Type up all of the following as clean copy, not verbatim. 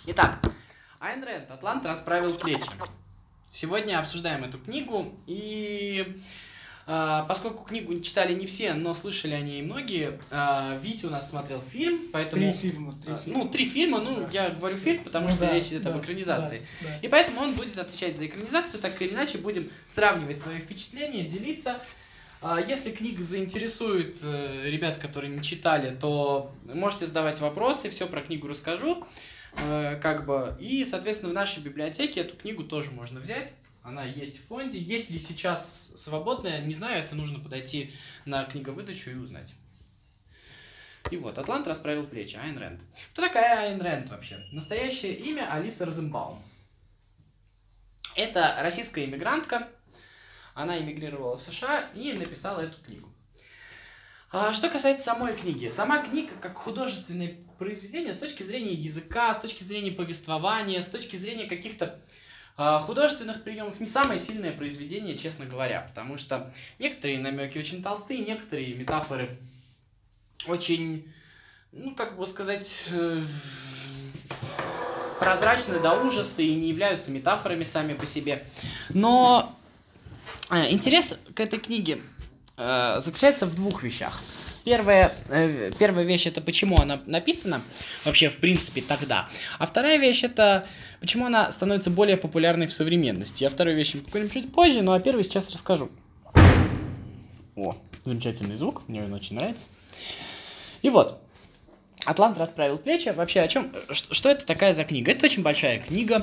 Итак, Айн Рэнд «Атлант расправил плечи». Сегодня обсуждаем эту книгу, и поскольку книгу читали не все, но слышали о ней многие, Витя у нас смотрел фильм, поэтому... Три фильма, Да. Я говорю фильм, потому что речь идет об экранизации. Да. И поэтому он будет отвечать за экранизацию, так или иначе будем сравнивать свои впечатления, делиться. Если книга заинтересует ребят, которые не читали, то можете задавать вопросы, все про книгу расскажу. И, соответственно, в нашей библиотеке эту книгу тоже можно взять. Она есть в фонде. Есть ли сейчас свободная, не знаю, это нужно подойти на книговыдачу и узнать. И вот, «Атлант расправил плечи», Айн Рэнд. Кто такая Айн Рэнд вообще? Настоящее имя Алиса Розенбаум. Это российская иммигрантка. Она эмигрировала в США и написала эту книгу. Что касается самой книги. Сама книга как художественное произведение с точки зрения языка, с точки зрения повествования, с точки зрения каких-то художественных приемов, не самое сильное произведение, честно говоря. Потому что некоторые намеки очень толстые, некоторые метафоры очень, прозрачны до ужаса и не являются метафорами сами по себе. Но интерес к этой книге заключается в двух вещах. Первая вещь — это почему она написана вообще в принципе тогда. А вторая вещь — это почему она становится более популярной в современности. Я вторую вещь поговорим чуть позже, но о первой сейчас расскажу. Замечательный звук, мне он очень нравится. И вот, «Атлант расправил плечи». Вообще, о чем? Что это такая за книга? Это очень большая книга.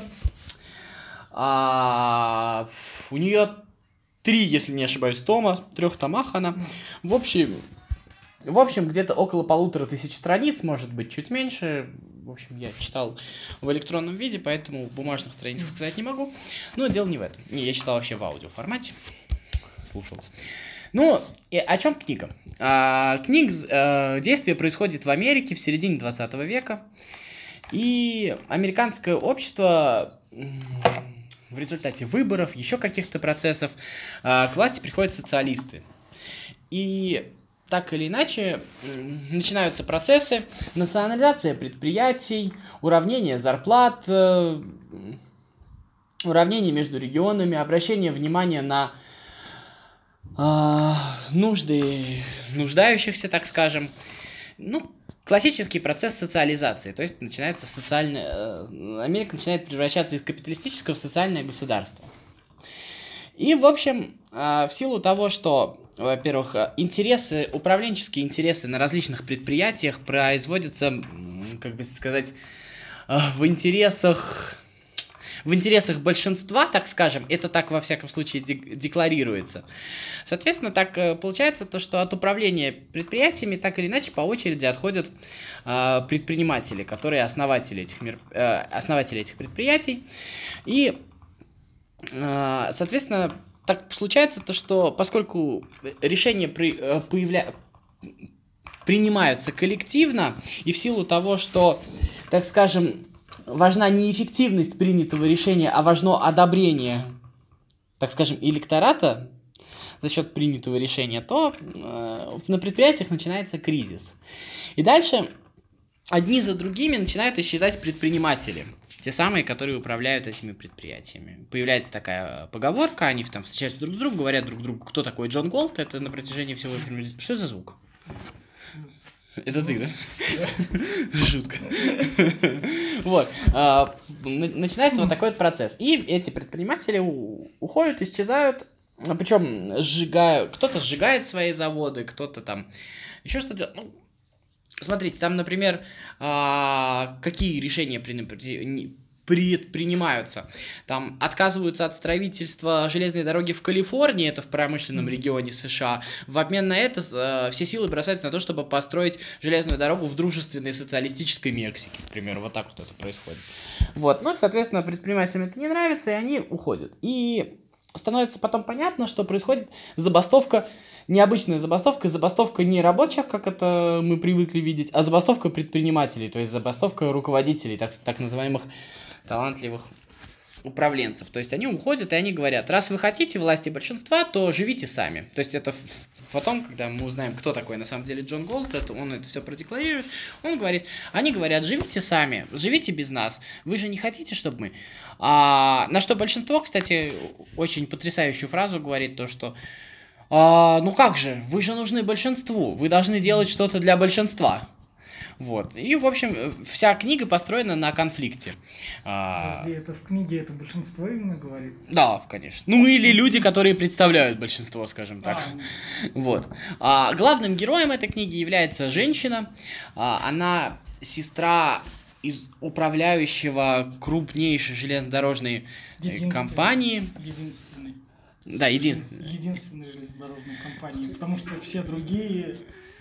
У нее 3, если не ошибаюсь, тома, в 3 томах она. В общем, где-то около 1500 страниц, может быть, чуть меньше. В общем, я читал в электронном виде, поэтому бумажных страниц сказать не могу. Но дело не в этом. Я читал вообще в аудиоформате. Слушал. И о чем книга? Действие происходит в Америке в середине 20 века. И американское общество в результате выборов, еще каких-то процессов, к власти приходят социалисты. И так или иначе начинаются процессы: национализация предприятий, уравнение зарплат, уравнение между регионами, обращение внимания на нужды нуждающихся, так скажем. Классический процесс социализации, то есть начинается Америка начинает превращаться из капиталистического в социальное государство. И, в общем, в силу того, что, во-первых, управленческие интересы на различных предприятиях производятся, в интересах большинства, так скажем, это так во всяком случае декларируется. Соответственно, так получается то, что от управления предприятиями так или иначе по очереди отходят предприниматели, которые основатели этих предприятий. И, соответственно, так случается то, что поскольку решения принимаются коллективно, и в силу того, что, так скажем, важна не эффективность принятого решения, а важно одобрение, так скажем, электората за счет принятого решения, то на предприятиях начинается кризис. И дальше одни за другими начинают исчезать предприниматели, те самые, которые управляют этими предприятиями. Появляется такая поговорка, они там встречаются друг с другом, говорят друг другу, кто такой Джон Голд, это на протяжении всего фильма. Что за звук? Это ты, да? Жутко. Вот. Начинается вот такой вот процесс. И эти предприниматели уходят, исчезают. Причем кто-то сжигает свои заводы, кто-то там еще что-то. Смотрите, там, например, какие решения предпринимаются. Там отказываются от строительства железной дороги в Калифорнии, это в промышленном регионе США. В обмен на это все силы бросаются на то, чтобы построить железную дорогу в дружественной социалистической Мексике. К примеру, вот так вот это происходит. Соответственно, предпринимателям это не нравится, и они уходят. И становится потом понятно, что происходит забастовка, необычная забастовка не рабочих, как это мы привыкли видеть, а забастовка предпринимателей, то есть забастовка руководителей, так называемых талантливых управленцев. То есть они уходят, и они говорят: раз вы хотите власти большинства, то живите сами. То есть это потом, когда мы узнаем, кто такой на самом деле Джон Голд, он это все продекларирует, он говорит, они говорят, живите сами, живите без нас, вы же не хотите, чтобы мы... на что большинство, кстати, очень потрясающую фразу говорит, то, что ну как же, вы же нужны большинству, вы должны делать что-то для большинства. Вот. И, в общем, вся книга построена на конфликте. Где это в книге, это большинство именно говорит? Да, конечно. Ну, или люди, которые представляют большинство, скажем так. Вот. Главным героем этой книги является женщина. Она сестра из управляющего крупнейшей железнодорожной компании. Единственной. Да, единственной. Единственной железнодорожной компании, потому что все другие...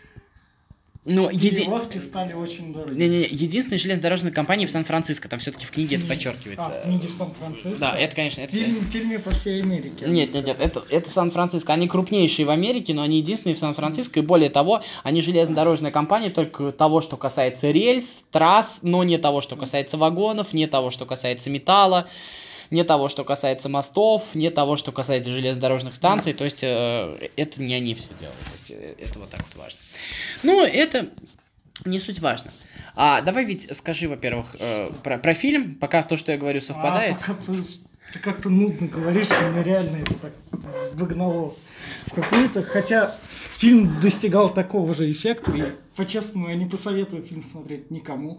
Ну, перевозки стали очень дорогие. Не-не-не, единственная железнодорожная компания в Сан-Франциско, там все-таки в книге это подчеркивается. В книге в Сан-Франциско? Да, это, конечно... В фильме по всей Америке. Нет, это в Сан-Франциско. Они крупнейшие в Америке, но они единственные в Сан-Франциско, и более того, они железнодорожная компания только того, что касается рельс, трасс, но не того, что касается вагонов, не того, что касается металла, не того, что касается мостов, не того, что касается железнодорожных станций, то есть это не они все делают, то есть это вот так вот важно. Ну, это не суть важно. Давай, ведь скажи, во-первых, про фильм, пока то, что я говорю, совпадает. Пока ты как-то нудно говоришь, меня реально это так выгнало в какую-то, хотя фильм достигал такого же эффекта, и, по-честному, я не посоветую фильм смотреть никому.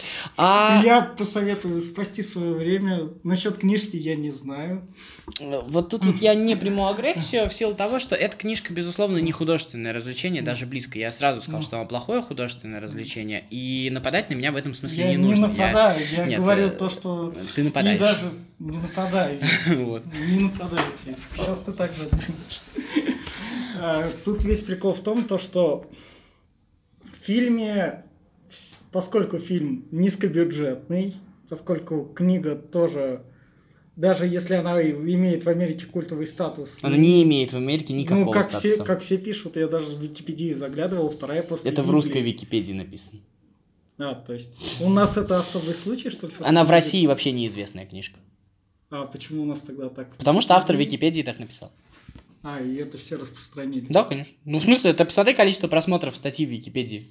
Я посоветую спасти свое время. Насчет книжки я не знаю. Вот тут вот я не приму агрессию в силу того, что эта книжка, безусловно, не художественное развлечение, даже близко. Я сразу сказал, что она плохое художественное развлечение, и нападать на меня в этом смысле не нужно. Я не нападаю, я говорю то, что... Ты нападаешь. И даже не нападаю. Не нападаю. Сейчас ты так же думаешь. Тут весь прикол в том, что в фильме, поскольку фильм низкобюджетный, поскольку книга тоже, даже если она имеет в Америке культовый статус... Она не имеет в Америке никакого статуса. Как все пишут, я даже в Википедию заглядывал, вторая после Это Библии. в русской Википедии написано. То есть у нас это особый случай, что ли? Она в России вообще неизвестная книжка. Почему у нас тогда так? Потому что автор Википедии так написал. И это все распространили. Да, конечно. Ну, в смысле, это посмотри количество просмотров статьи в Википедии.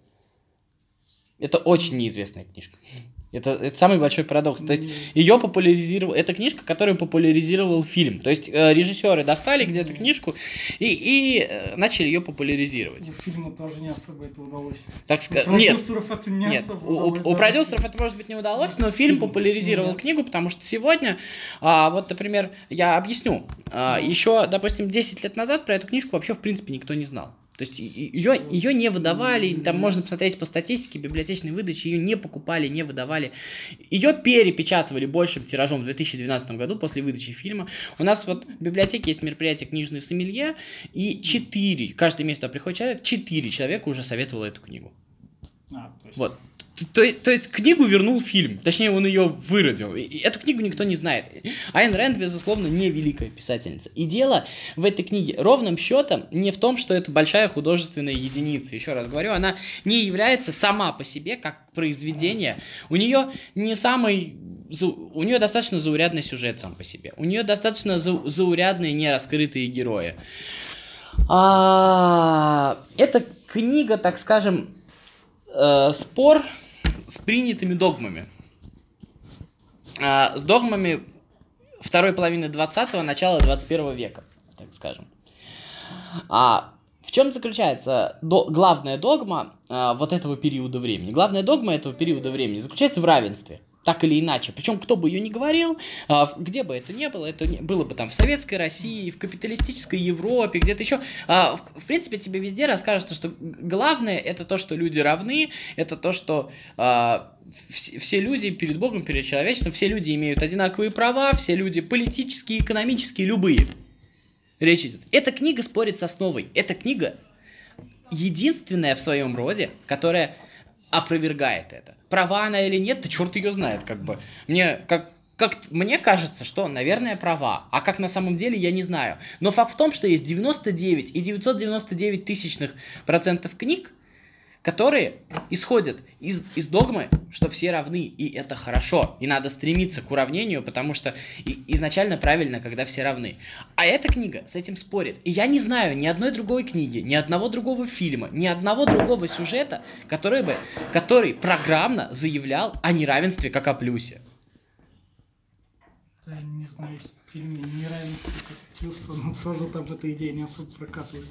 Это очень неизвестная книжка. Это самый большой парадокс. То есть ее популяризировал... Это книжка, которую популяризировал фильм. То есть режиссеры достали где-то книжку и начали ее популяризировать. Фильму тоже не особо это удалось. Так сказать. У продюсеров это не особо удалось. У продюсеров это, может быть, не удалось, но фильм популяризировал книгу, потому что сегодня, вот, например, я объясню, еще, допустим, 10 лет назад про эту книжку вообще, в принципе, никто не знал. То есть ее не выдавали, там можно посмотреть по статистике библиотечной выдачи, ее не покупали, не выдавали. Ее перепечатывали большим тиражом в 2012 году после выдачи фильма. У нас вот в библиотеке есть мероприятие «Книжный сомелье», и каждый месяц туда приходит человек, 4 человека уже советовало эту книгу. Вот. То есть книгу вернул фильм, точнее он ее выродил. И эту книгу никто не знает. Айн Рэнд, безусловно, не великая писательница. И дело в этой книге ровным счетом не в том, что это большая художественная единица. Еще раз говорю, она не является сама по себе как произведение. У нее достаточно заурядный сюжет сам по себе. У нее достаточно заурядные нераскрытые герои. Это книга, так скажем, спор с принятыми догмами. С догмами второй половины 20-го, начала 21 века, так скажем. В чем заключается главная догма вот этого периода времени? Главная догма этого периода времени заключается в равенстве. Так или иначе. Причем, кто бы ее ни говорил, где бы это ни было, это было бы там в советской России, в капиталистической Европе, где-то еще. В принципе, тебе везде расскажут, что главное это то, что люди равны, это то, что все люди перед Богом, перед человечеством, все люди имеют одинаковые права, все люди политические, экономические, любые. Речь идет. Эта книга спорит с основой. Эта книга единственная в своем роде, которая опровергает это. Права она или нет, да черт ее знает, как бы. Мне кажется, что, наверное, права. А как на самом деле, я не знаю. Но факт в том, что есть 99,999% книг, которые исходят из догмы, что все равны, и это хорошо. И надо стремиться к уравнению, потому что изначально правильно, когда все равны. А эта книга с этим спорит. И я не знаю ни одной другой книги, ни одного другого фильма, ни одного другого сюжета, который программно заявлял о неравенстве как о плюсе. Я не знаю, в фильме неравенство как плюс, но тоже там эта идея не особо прокатывает.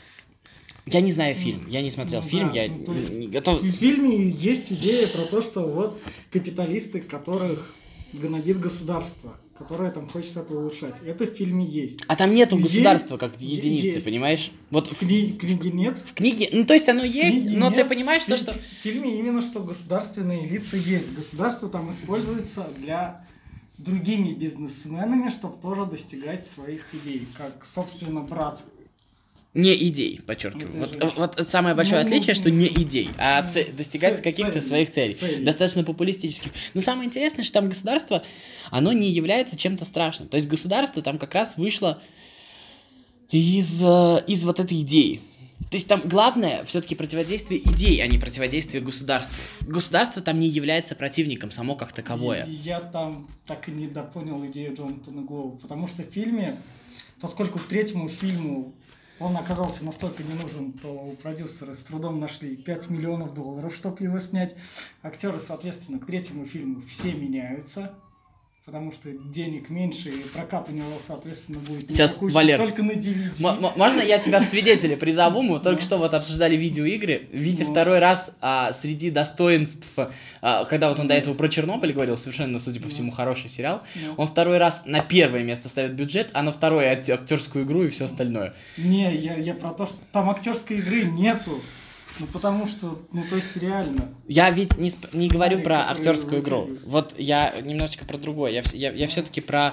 Я не знаю фильм, я не смотрел фильм, я не готов... В фильме есть идея про то, что вот капиталисты, которых гнобит государство, которое там хочет это улучшать. Это в фильме есть. А там нету государства как единицы, есть. Понимаешь? Вот в книге нет. В книге, ну то есть оно есть, но нет. Ты понимаешь, что... В фильме именно что государственные лица есть. Государство там используется для другими бизнесменами, чтобы тоже достигать своих идей, как, собственно, брат. Не идей, подчеркиваю. Вот самое большое отличие, что не идей, а достигать каких-то своих целей. Достаточно популистических. Но самое интересное, что там государство, оно не является чем-то страшным. То есть государство там как раз вышло из вот этой идеи. То есть там главное все-таки противодействие идей, а не противодействие государству. Государство там не является противником само как таковое. Я там так и не допонял идею Джонатана Глоу, потому что в фильме, поскольку к третьему фильму он оказался настолько не нужен, то продюсеры с трудом нашли $5 миллионов, чтобы его снять. Актеры, соответственно, к третьему фильму все меняются, потому что денег меньше, и прокат у него, соответственно, будет сейчас, Валер, только на DVD. Можно я тебя в свидетели призову? Мы только что вот обсуждали видеоигры. Витя второй раз среди достоинств, когда вот он до этого про Чернобыль говорил, совершенно, судя по всему, хороший сериал, он второй раз на первое место ставит бюджет, а на второе актерскую игру и все остальное. Не, я про то, что там актерской игры нету. Ну, потому что, то есть реально. Я ведь не говорю про актерскую игру. Вот я немножечко про другое. Я все-таки про...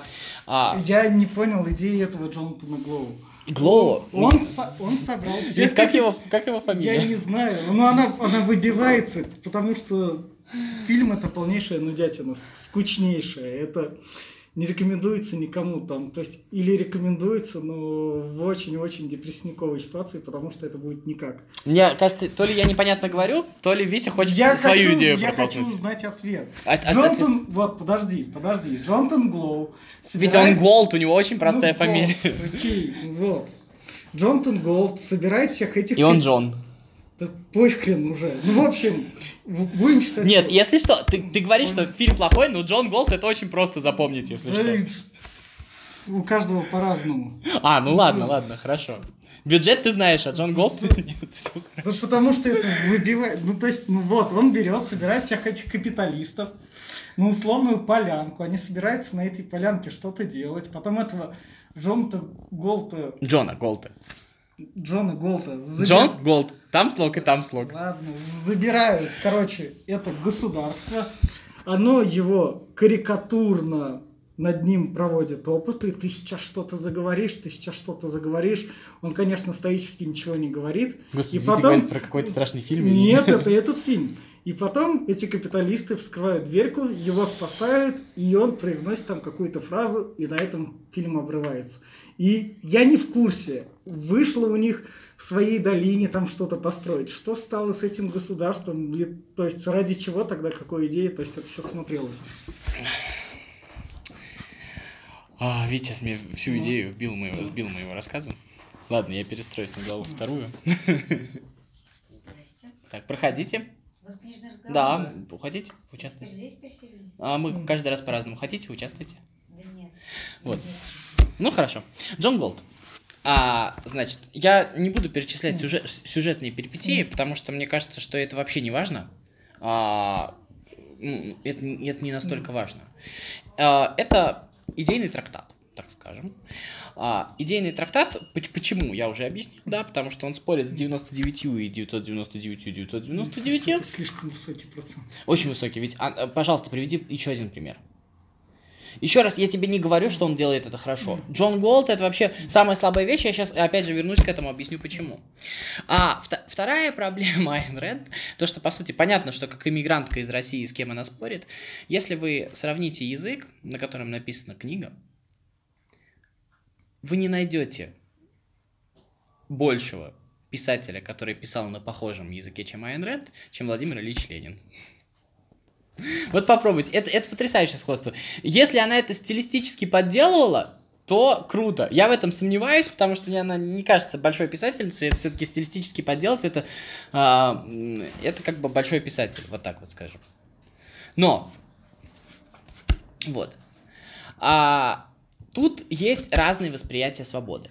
Я не понял идеи этого Джонатана Глоу. Глоу? Он собрал... Как его фамилия? Я не знаю. Но она выбивается, потому что фильм это полнейшая нудятина, скучнейшая. Это... не рекомендуется никому там, то есть или рекомендуется, но в очень-очень депрессниковой ситуации, потому что это будет никак. Мне кажется, то ли я непонятно говорю, то ли Витя хочет свою идею протолкнуть. Я хочу узнать ответ. Джонатан, вот, подожди, Джонатан Глоу. Ведь он Голд, у него очень простая фамилия. Окей, вот. Джонатан Голд собирает всех этих... И он Джон. Да похрен уже. Ну, в общем, будем считать... Нет, если что, ты говоришь, что фильм плохой, но Джон Голд это очень просто запомнить, если что. У каждого по-разному. Ну ладно, хорошо. Бюджет ты знаешь, а Джон Голд нет, все хорошо. Да потому что это выбивает... он берет, собирает всех этих капиталистов на условную полянку. Они собираются на этой полянке что-то делать. Потом этого Джона Голта... Джон Голд. Там слог и там слог. Ладно, забирают, это государство. Оно его карикатурно над ним проводит опыты. Ты сейчас что-то заговоришь. Он, конечно, стоически ничего не говорит. Господи, и потом... говорит про какой-то страшный фильм? Нет, это этот фильм. И потом эти капиталисты вскрывают дверку, его спасают, и он произносит там какую-то фразу, и на этом фильм обрывается. И я не в курсе, вышло у них в своей долине там что-то построить. Что стало с этим государством? То есть ради чего тогда, какой идеи? То есть это все смотрелось. Витя мне всю идею сбил моего рассказа. Ладно, я перестроюсь на главу вторую. Здрасте. Так, проходите. У вас книжный разговор? Да, уходите, участвуйте. Здесь переселились? Мы каждый раз по-разному. Хотите, участвуйте. Да нет. Вот. Ну, хорошо. Джон Голд. Значит, я не буду перечислять сюжетные перипетии, потому что мне кажется, что это вообще не важно. Это не настолько важно. Это идейный трактат, так скажем. Идейный трактат, почему, я уже объяснил, да, потому что он спорит с 99 и 999 и 999. Это слишком высокий процент. Очень высокий, ведь, пожалуйста, приведи еще один пример. Еще раз, я тебе не говорю, что он делает это хорошо. Джон Голд — это вообще самая слабая вещь, я сейчас опять же вернусь к этому, объясню почему. Вторая проблема Айн Рэнд, то, что, по сути, понятно, что как иммигрантка из России, с кем она спорит, если вы сравните язык, на котором написана книга, вы не найдете большего писателя, который писал на похожем языке, чем Айн Рэнд, чем Владимир Ильич Ленин. Вот попробуйте, это потрясающее сходство. Если она это стилистически подделывала, то круто. Я в этом сомневаюсь, потому что мне она не кажется большой писательницей. Это все-таки стилистически подделать. Это как бы большой писатель, вот так вот скажем. Но, вот. Тут есть разные восприятия свободы.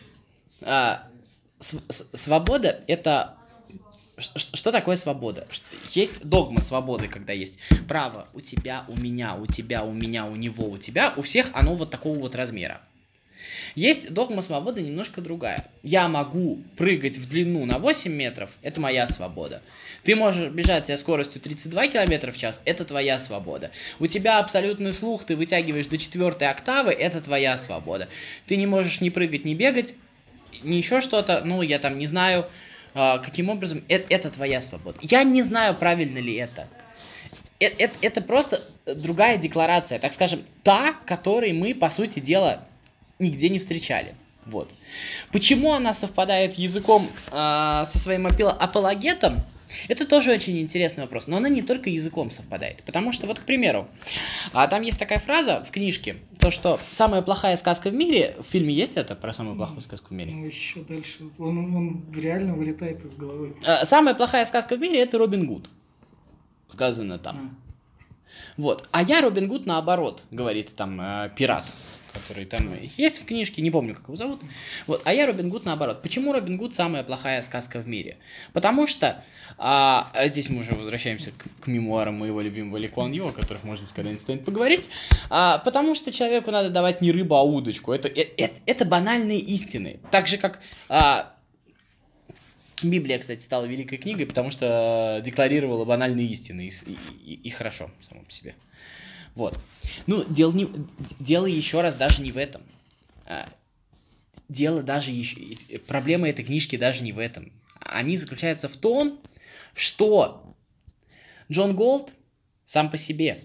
Свобода — это... Что такое свобода? Есть догма свободы, когда есть право у тебя, у меня, у тебя, у меня, у него, у тебя. У всех оно вот такого вот размера. Есть догма свободы немножко другая. Я могу прыгать в длину на 8 метров, это моя свобода. Ты можешь бежать со скоростью 32 км в час, это твоя свобода. У тебя абсолютный слух, ты вытягиваешь до 4 октавы, это твоя свобода. Ты не можешь ни прыгать, ни бегать, ни еще что-то, я там не знаю, каким образом, это твоя свобода. Я не знаю, правильно ли это. Это просто другая декларация, так скажем, та, которой мы, по сути дела, нигде не встречали. Вот. Почему она совпадает языком со своим апологетом? Это тоже очень интересный вопрос. Но она не только языком совпадает. Потому что, вот, к примеру, там есть такая фраза в книжке, то, что самая плохая сказка в мире, в фильме есть это про самую плохую сказку в мире? Еще дальше. Он реально вылетает из головы. Самая плохая сказка в мире — это Робин Гуд. Сказано там. Вот. А я Робин Гуд наоборот, говорит там пират, который там есть в книжке, не помню, как его зовут. Вот. А я Робин Гуд наоборот. Почему Робин Гуд самая плохая сказка в мире? Потому что здесь мы уже возвращаемся к мемуарам моего любимого Ли Куан Ю, о которых, может быть, когда-нибудь станет поговорить. Потому что человеку надо давать не рыбу, а удочку. Это банальные истины. Так же, как Библия, кстати, стала великой книгой, потому что декларировала банальные истины. И хорошо, само по себе. Вот. Дело еще раз даже не в этом. Проблема этой книжки даже не в этом. Они заключаются в том, что Джон Голд сам по себе.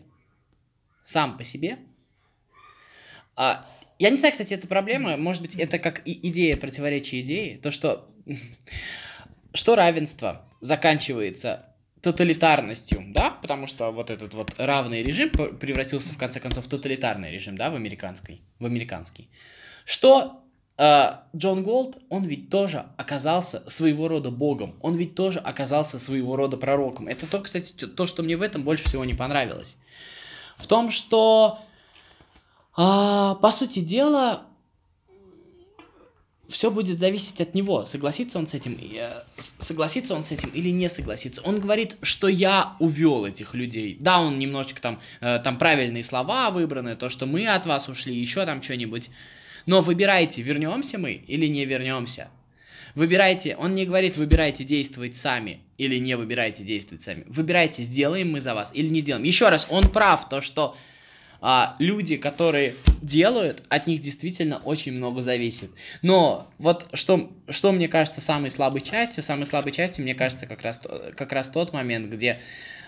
Я не знаю, кстати, это проблема. Может быть, это как идея противоречия идеи. То, что равенство заканчивается тоталитарностью, да, потому что вот этот вот равный режим превратился в конце концов в тоталитарный режим, да, в американский. Что Джон Голд, он ведь тоже оказался своего рода богом, он ведь тоже оказался своего рода пророком. Это то, кстати, то, что мне в этом больше всего не понравилось. В том, что, по сути дела, все будет зависеть от него, согласится он с этим или не согласится. Он говорит, что я увел этих людей. Да, он немножечко там правильные слова выбраны, то, что мы от вас ушли, еще там что-нибудь. Но выбирайте, вернемся мы или не вернемся. Выбирайте, он не говорит, выбирайте действовать сами или не выбирайте действовать сами. Выбирайте, сделаем мы за вас или не сделаем. Еще раз, он прав, то, что люди, которые делают, от них действительно очень много зависит. Но вот что мне кажется самой слабой частью, мне кажется, как раз тот момент, где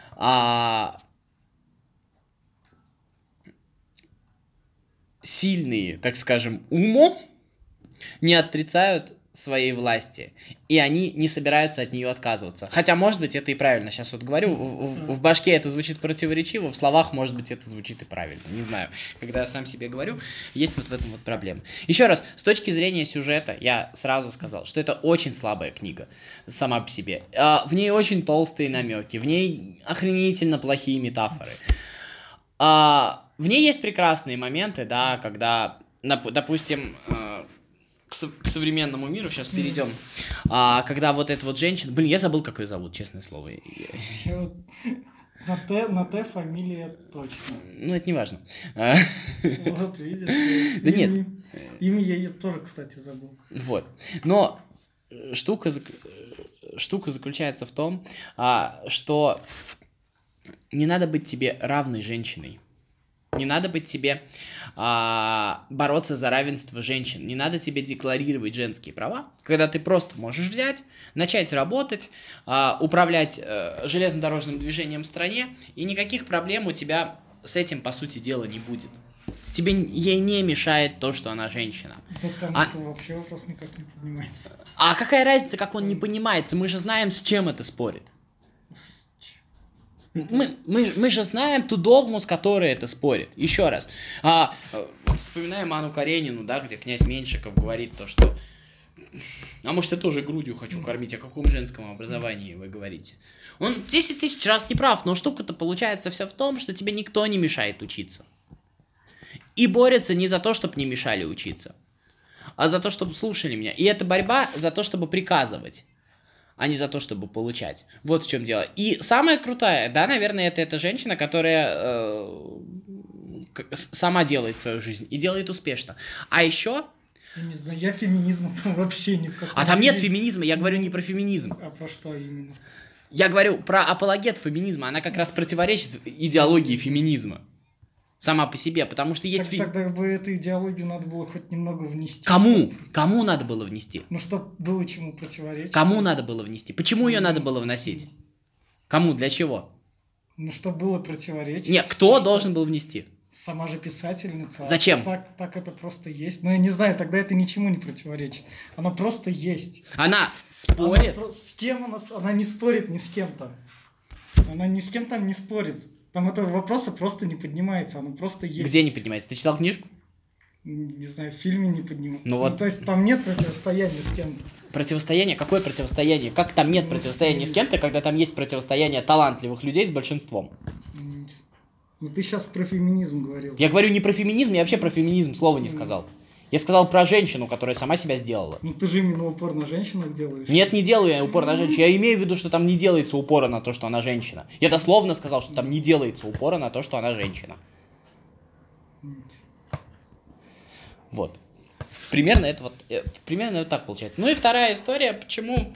сильные, так скажем, умом не отрицают своей власти, и они не собираются от нее отказываться. Хотя, может быть, это и правильно. Сейчас вот говорю, в башке это звучит противоречиво, в словах, может быть, это звучит и правильно. Не знаю. Когда я сам себе говорю, есть вот в этом вот проблема. Еще раз, с точки зрения сюжета, я сразу сказал, что это очень слабая книга сама по себе. В ней очень толстые намеки, в ней охренительно плохие метафоры. В ней есть прекрасные моменты, да, когда, допустим, к современному миру сейчас перейдем, когда вот эта вот женщина, я забыл, как ее зовут, честное слово. На Т фамилия точно. Это не важно. Вот, видишь. Да нет. Имя я ее тоже, кстати, забыл. Вот. Но штука заключается в том, что не надо быть тебе равной женщиной. Не надо быть тебе бороться за равенство женщин. Не надо тебе декларировать женские права, когда ты просто можешь взять, начать работать, управлять железнодорожным движением в стране, и никаких проблем у тебя с этим, по сути дела, не будет. Ей не мешает то, что она женщина. Да там это вообще вопрос никак не поднимается. А какая разница, как он не понимается? Мы же знаем, с чем это спорит. Мы же знаем ту догму, с которой это спорит. Еще раз. Вспоминаем Анну Каренину, да, где князь Меньшиков говорит то, что... А может, я тоже грудью хочу кормить, о каком женском образовании вы говорите? Он 10 тысяч раз не прав, но штука-то получается все в том, что тебе никто не мешает учиться. И борется не за то, чтобы не мешали учиться, а за то, чтобы слушали меня. И это борьба за то, чтобы приказывать, а не за то, чтобы получать. Вот в чем дело. И самое крутое, да, наверное, это эта женщина, которая сама делает свою жизнь и делает успешно. А еще... Я не знаю, я феминизма там вообще ни в каком... А там нет феминизма, я говорю не про феминизм. А про что именно? Я говорю про апологет феминизма, она как раз противоречит идеологии феминизма. Сама по себе, потому что есть... Тогда бы эту идеологию надо было хоть немного внести. Кому? Кому надо было внести? Ну, чтобы было чему противоречить. Кому надо было внести? Почему ее надо было вносить? Кому? Для чего? Ну, чтобы было противоречить. Нет, кто должен был внести? Сама же писательница. Зачем? Так это просто есть. Но я не знаю, тогда это ничему не противоречит. Она просто есть. Она спорит? С кем она не спорит ни с кем-то. Она ни с кем там не спорит. Там этого вопроса просто не поднимается. Она просто есть. Где не поднимается? Ты читал книжку? Не знаю, в фильме не поднимается. Ну вот. То есть там нет противостояния с кем-то. Противостояние? Какое противостояние? Как там нет противостояния с кем-то, когда там есть противостояние талантливых людей с большинством? Ну ты сейчас про феминизм говорил. Я говорю не про феминизм, я вообще про феминизм слова не сказал. Я сказал про женщину, которая сама себя сделала. Ну ты же именно упор на женщинах делаешь. Нет, не делаю я упор на женщину. Я имею в виду, что там не делается упора на то, что она женщина. Я дословно сказал, что там не делается упора на то, что она женщина. Вот. Примерно вот так получается. Ну и вторая история, почему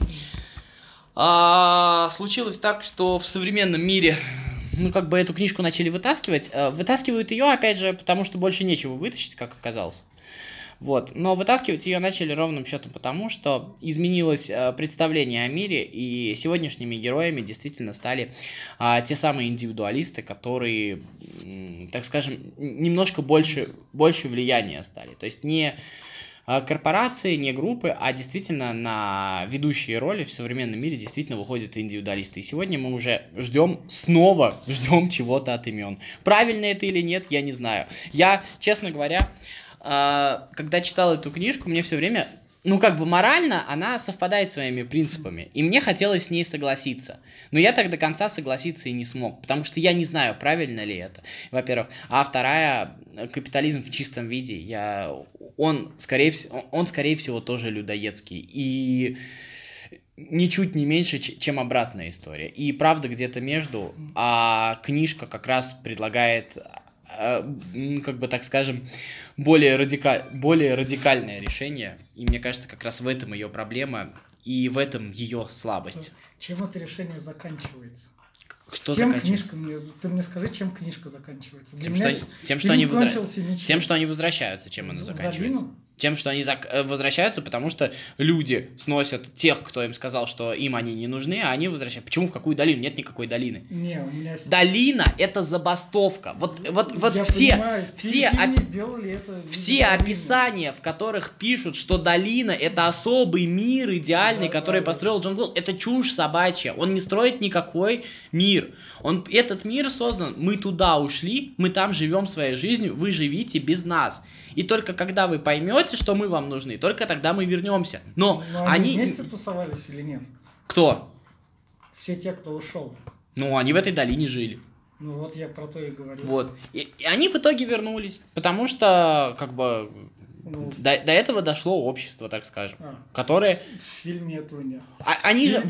случилось так, что в современном мире, ну, как бы эту книжку начали вытаскивать. Вытаскивают ее, опять же, потому что больше нечего вытащить, как оказалось. Вот. Но вытаскивать ее начали ровным счетом потому, что изменилось представление о мире, и сегодняшними героями действительно стали те самые индивидуалисты, которые, так скажем, немножко больше влияния стали. То есть не корпорации, не группы, а действительно на ведущие роли в современном мире действительно выходят индивидуалисты. И сегодня мы уже снова ждем чего-то от имен. Правильно это или нет, я не знаю. Я, честно говоря, когда читал эту книжку, мне все время, ну, как бы морально она совпадает с своими принципами, и мне хотелось с ней согласиться. Но я так до конца согласиться и не смог, потому что я не знаю, правильно ли это, во-первых. А вторая, капитализм в чистом виде, он, скорее всего, тоже людоедский, и ничуть не меньше, чем обратная история. И правда где-то между, а книжка как раз предлагает, как бы так скажем, более радикальное решение. И мне кажется, как раз в этом ее проблема и в этом ее слабость. Чем это решение заканчивается? Что чем заканчивается? Книжка, ты мне скажи, чем книжка заканчивается? Тем, что они возвращаются, чем она заканчивается. Тем, что они возвращаются, потому что люди сносят тех, кто им сказал, что им они не нужны, а они возвращаются. Почему? В какую долину? Нет никакой долины. Не, у меня... Долина — это забастовка. Вот я все, понимаю, все описания, в которых пишут, что долина — это особый мир идеальный, который построил Джон Голд, это чушь собачья. Он не строит никакой мир. Этот мир создан, мы туда ушли, мы там живем своей жизнью, вы живите без нас. И только когда вы поймете, что мы вам нужны, только тогда мы вернемся. Но они вместе тусовались или нет? Кто? Все те, кто ушел. Ну, они в этой долине жили. Ну вот я про то и говорю. Вот. И они в итоге вернулись. Потому что, как бы, до этого дошло общество, так скажем. Которое... В фильме этого нет. Они же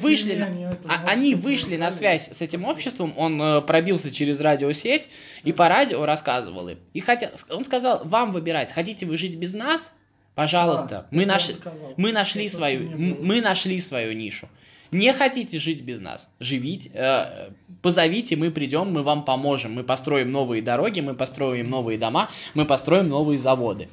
вышли на связь с этим обществом, он пробился через радиосеть и по радио рассказывал им. И он сказал, вам выбирать, хотите вы жить без нас? Пожалуйста. Мы нашли свою нишу. Не хотите жить без нас? Живите, позовите, мы придем, мы вам поможем. Мы построим новые дороги, мы построим новые дома, мы построим новые заводы.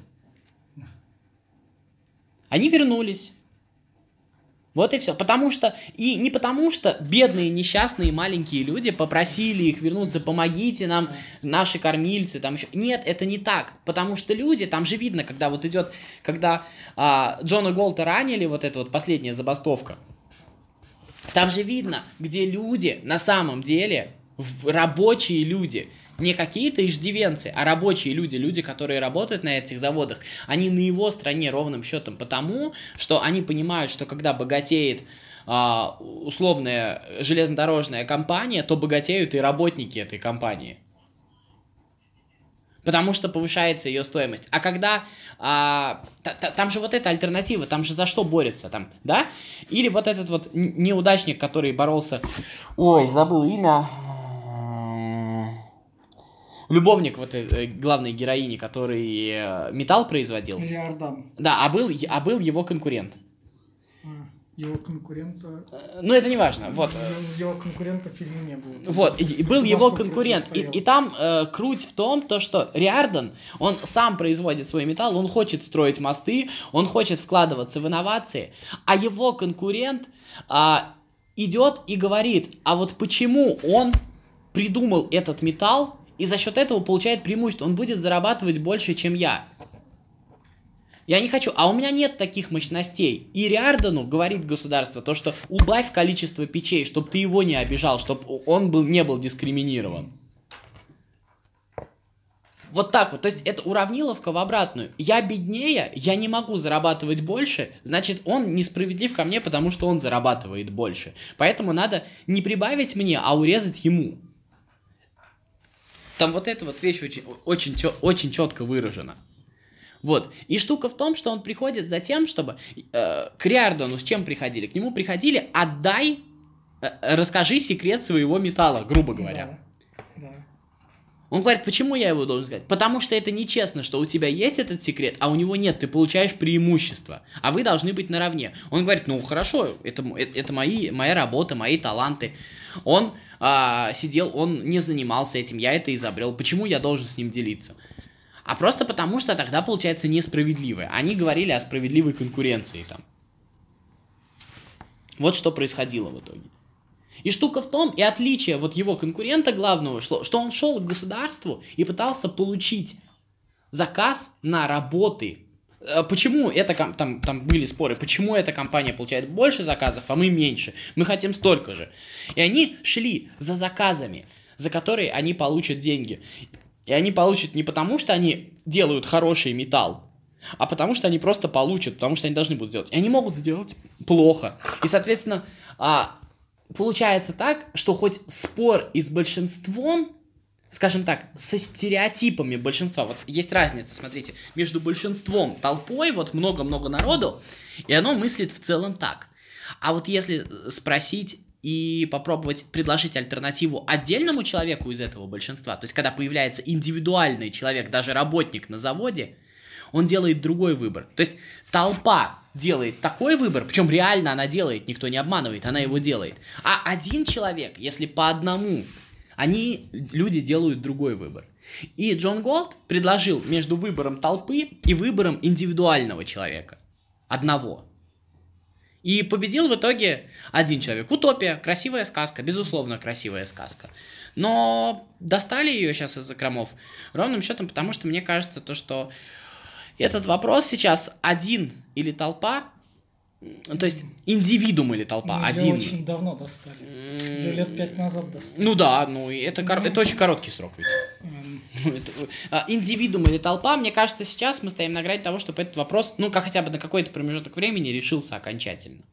Они вернулись. Вот и все. И не потому что бедные, несчастные, маленькие люди попросили их вернуться, помогите нам, наши кормильцы, там еще. Нет, это не так. Потому что люди, там же видно, когда Джона Голта ранили, вот эта вот последняя забастовка, там же видно, где люди на самом деле Рабочие люди. Не какие-то иждивенцы, а рабочие люди, люди, которые работают на этих заводах, они на его стороне ровным счетом, потому что они понимают, что когда богатеет условная железнодорожная компания, то богатеют и работники этой компании. Потому что повышается ее стоимость. А когда... там же вот эта альтернатива, там же за что борется, там, да? Или вот этот вот неудачник, который боролся... Ой, забыл имя... Любовник вот главной героини, который металл производил. Риордан. Да, а был его конкурент. Его конкурента... Ну, это не важно, вот. Его конкурента в фильме не было. Вот, и был его конкурент. И там круть в том, что Риордан, он сам производит свой металл, он хочет строить мосты, он хочет вкладываться в инновации, а его конкурент идет и говорит, а вот почему он придумал этот металл, и за счет этого получает преимущество. Он будет зарабатывать больше, чем я. Я не хочу. А у меня нет таких мощностей. И Риордану говорит государство то, что убавь количество печей, чтобы ты его не обижал, чтобы он не был дискриминирован. Вот так вот. То есть это уравниловка в обратную. Я беднее, я не могу зарабатывать больше, значит он несправедлив ко мне, потому что он зарабатывает больше. Поэтому надо не прибавить мне, а урезать ему. Там вот эта вот вещь очень четко выражена. Вот. И штука в том, что он приходит за тем, чтобы... к Риордану с чем приходили? К нему приходили: расскажи секрет своего металла, грубо говоря. Да. Он говорит, почему я его должен сказать? Потому что это нечестно, что у тебя есть этот секрет, а у него нет, ты получаешь преимущество, а вы должны быть наравне. Он говорит, ну хорошо, это моя работа, мои таланты. Он сидел, он не занимался этим, я это изобрел. Почему я должен с ним делиться? А просто потому, что тогда получается несправедливо. Они говорили о справедливой конкуренции там. Вот что происходило в итоге. И штука в том, и отличие вот его конкурента главного, что он шел к государству и пытался получить заказ на работы. Почему это там были споры, почему эта компания получает больше заказов, а мы меньше? Мы хотим столько же. И они шли за заказами, за которые они получат деньги. И они получат не потому, что они делают хороший металл, а потому что они просто получат, потому что они должны будут сделать. И они могут сделать плохо. И, соответственно, получается так, что хоть спор и с большинством, скажем так, со стереотипами большинства, вот есть разница, смотрите, между большинством, толпой, вот много-много народу, и оно мыслит в целом так. А вот если спросить и попробовать предложить альтернативу отдельному человеку из этого большинства, то есть когда появляется индивидуальный человек, даже работник на заводе, он делает другой выбор. То есть толпа делает такой выбор, причем реально она делает, никто не обманывает, она его делает. А один человек, если по одному, люди делают другой выбор. И Джон Голд предложил между выбором толпы и выбором индивидуального человека. Одного. И победил в итоге один человек. Утопия, красивая сказка, безусловно красивая сказка. Но достали ее сейчас из закромов ровным счетом, потому что мне кажется, что этот вопрос сейчас один или толпа, то есть индивидуум или толпа, один. Очень давно достали. Лет 5 назад достали. Ну да, это очень короткий срок ведь. Индивидуум или толпа, мне кажется, сейчас мы стоим на грани того, чтобы этот вопрос, хотя бы на какой-то промежуток времени решился окончательно.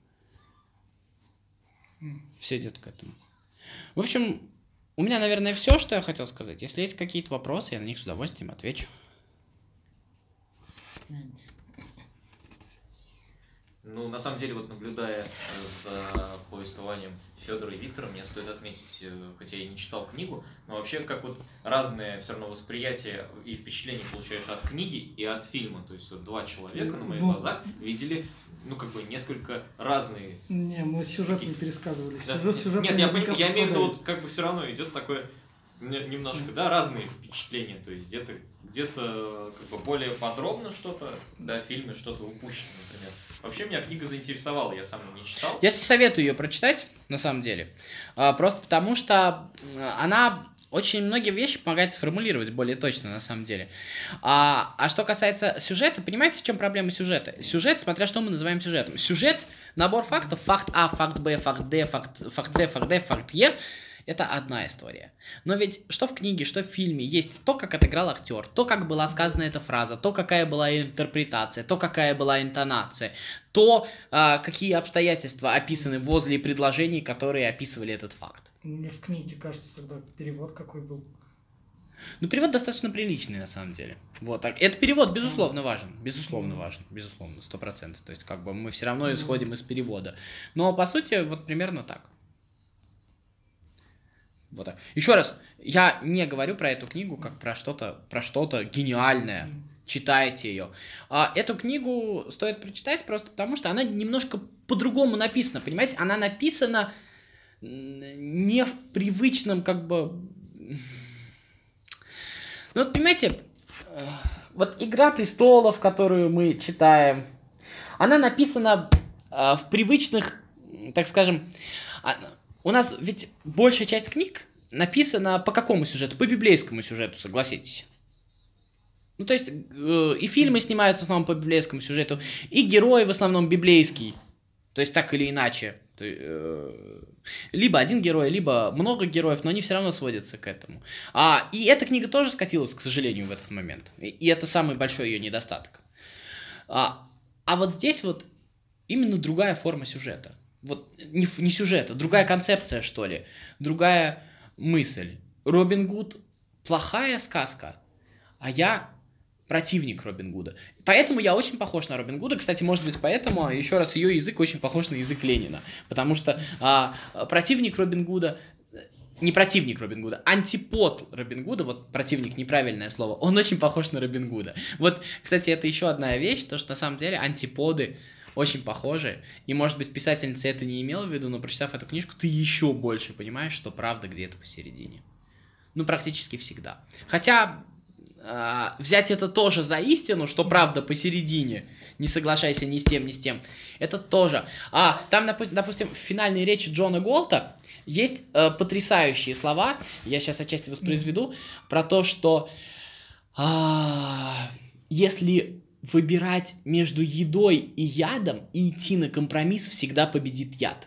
Все идет к этому. В общем, у меня, наверное, все, что я хотел сказать. Если есть какие-то вопросы, я на них с удовольствием отвечу. На самом деле, вот наблюдая за повествованием Федора и Виктора, мне стоит отметить, хотя я не читал книгу, но вообще как вот разное все равно восприятие и впечатление получаешь от книги и от фильма. То есть вот два человека на моих глазах видели, несколько разные... Не, мы сюжет не пересказывали. Да? Сюжет Нет, я имею в виду, все равно идет такое немножко, разные впечатления. То есть где-то более подробно что-то, в фильме что-то упущено, например. Вообще меня книга заинтересовала, я сам не читал. Я советую ее прочитать, на самом деле. Просто потому что она очень многие вещи помогает сформулировать более точно, на самом деле. А что касается сюжета, понимаете, в чем проблема сюжета? Сюжет, смотря что мы называем сюжетом. Сюжет — набор фактов, факт А, факт Б, факт Д, факт С, факт Д, факт Е. это одна история. Но ведь что в книге, что в фильме, есть то, как отыграл актер, то, как была сказана эта фраза, то, какая была интерпретация, то, какая была интонация, то, какие обстоятельства описаны возле предложений, которые описывали этот факт. Мне в книге кажется, тогда перевод какой был. Ну, перевод достаточно приличный, на самом деле. Вот так. Этот перевод, безусловно, важен. Безусловно, важен. Безусловно, 100%. То есть, как бы мы все равно исходим из перевода. Но, по сути, вот примерно так. Вот так. Еще раз, я не говорю про эту книгу как про что-то гениальное. Читайте ее. Эту книгу стоит прочитать просто потому, что она немножко по-другому написана. Понимаете, она написана не в привычном, как бы... Ну вот, понимаете, вот «Игра престолов», которую мы читаем, она написана в привычных, так скажем... У нас ведь большая часть книг написана по какому сюжету? По библейскому сюжету, согласитесь. Ну, то есть, и фильмы снимаются в основном по библейскому сюжету, и герои в основном библейские. То есть, так или иначе. Либо один герой, либо много героев, но они все равно сводятся к этому. И эта книга тоже скатилась, к сожалению, в этот момент. И это самый большой ее недостаток. А вот здесь вот именно другая форма сюжета. Вот не сюжета, другая концепция, что ли. Другая мысль. Робин Гуд – плохая сказка, а я противник Робин Гуда. Поэтому я очень похож на Робин Гуда. Кстати, может быть, поэтому, еще раз, ее язык очень похож на язык Ленина. Потому что противник Робин Гуда, не противник Робин Гуда, антипод Робин Гуда, вот противник, неправильное слово, он очень похож на Робин Гуда. Вот, кстати, это еще одна вещь, то, что на самом деле антиподы очень похожи. И, может быть, писательница это не имела в виду, но, прочитав эту книжку, ты еще больше понимаешь, что правда где-то посередине. Ну, практически всегда. Хотя... взять это тоже за истину, что правда посередине, не соглашайся ни с тем, ни с тем, это тоже. Там, допустим, в финальной речи Джона Голта есть потрясающие слова, я сейчас отчасти воспроизведу, про то, что если выбирать между едой и ядом и идти на компромисс, всегда победит яд.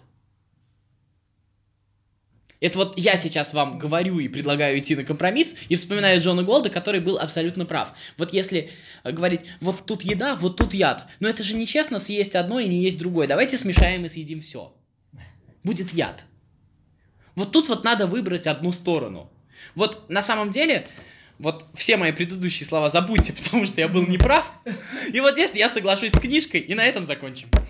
Это вот я сейчас вам говорю и предлагаю идти на компромисс, и вспоминаю Джона Голда, который был абсолютно прав. Вот если говорить, вот тут еда, вот тут яд, но это же нечестно съесть одно и не есть другое. Давайте смешаем и съедим все. Будет яд. Вот тут вот надо выбрать одну сторону. Вот на самом деле, вот все мои предыдущие слова забудьте, потому что я был неправ. И вот здесь я соглашусь с книжкой, и на этом закончим.